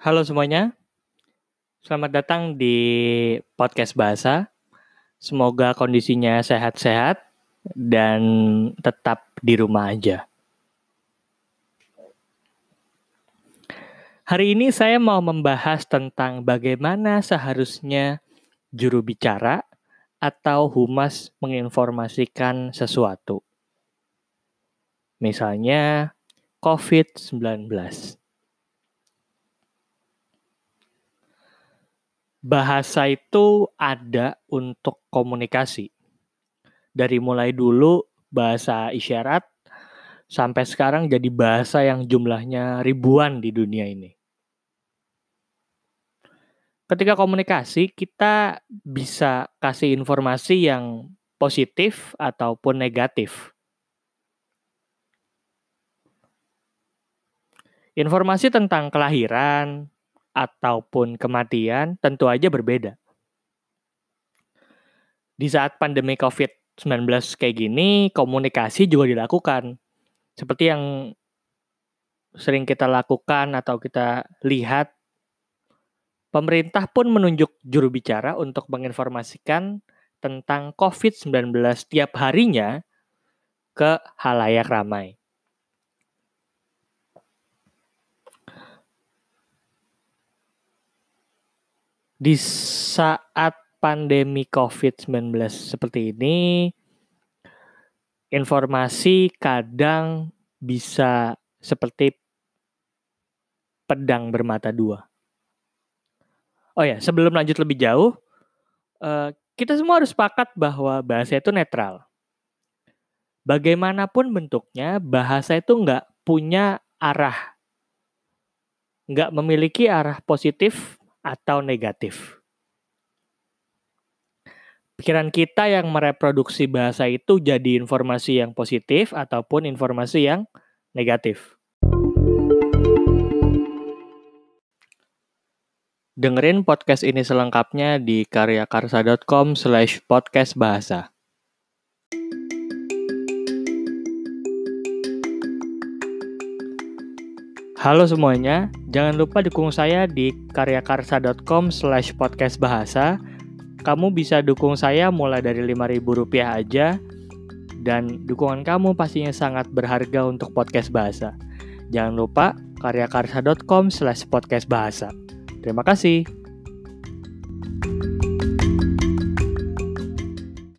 Halo semuanya, selamat datang di podcast bahasa. Semoga kondisinya sehat-sehat dan tetap di rumah aja. Hari ini saya mau membahas tentang bagaimana seharusnya juru bicara atau humas menginformasikan sesuatu. Misalnya COVID-19. Bahasa itu ada untuk komunikasi. Dari mulai dulu bahasa isyarat sampai sekarang jadi bahasa yang jumlahnya ribuan di dunia ini. Ketika komunikasi, kita bisa kasih informasi yang positif ataupun negatif. Informasi tentang kelahiran ataupun kematian tentu aja berbeda. Di saat pandemi COVID-19 kayak gini, komunikasi juga dilakukan. Seperti yang sering kita lakukan atau kita lihat, pemerintah pun menunjuk juru bicara untuk menginformasikan tentang COVID-19 tiap harinya ke halayak ramai. Di saat pandemi COVID-19 seperti ini, informasi kadang bisa seperti pedang bermata dua. Oh ya, sebelum lanjut lebih jauh, kita semua harus sepakat bahwa bahasa itu netral. Bagaimanapun bentuknya, bahasa itu nggak punya arah, nggak memiliki arah positif atau negatif. Pikiran kita yang mereproduksi bahasa itu jadi informasi yang positif ataupun informasi yang negatif. Dengerin podcast ini selengkapnya di karyakarsa.com/podcastbahasa. Halo semuanya, jangan lupa dukung saya di karyakarsa.com/podcastbahasa. Kamu bisa dukung saya mulai dari Rp5.000 aja, dan dukungan kamu pastinya sangat berharga untuk podcast bahasa. Jangan lupa karyakarsa.com/podcastbahasa. Terima kasih.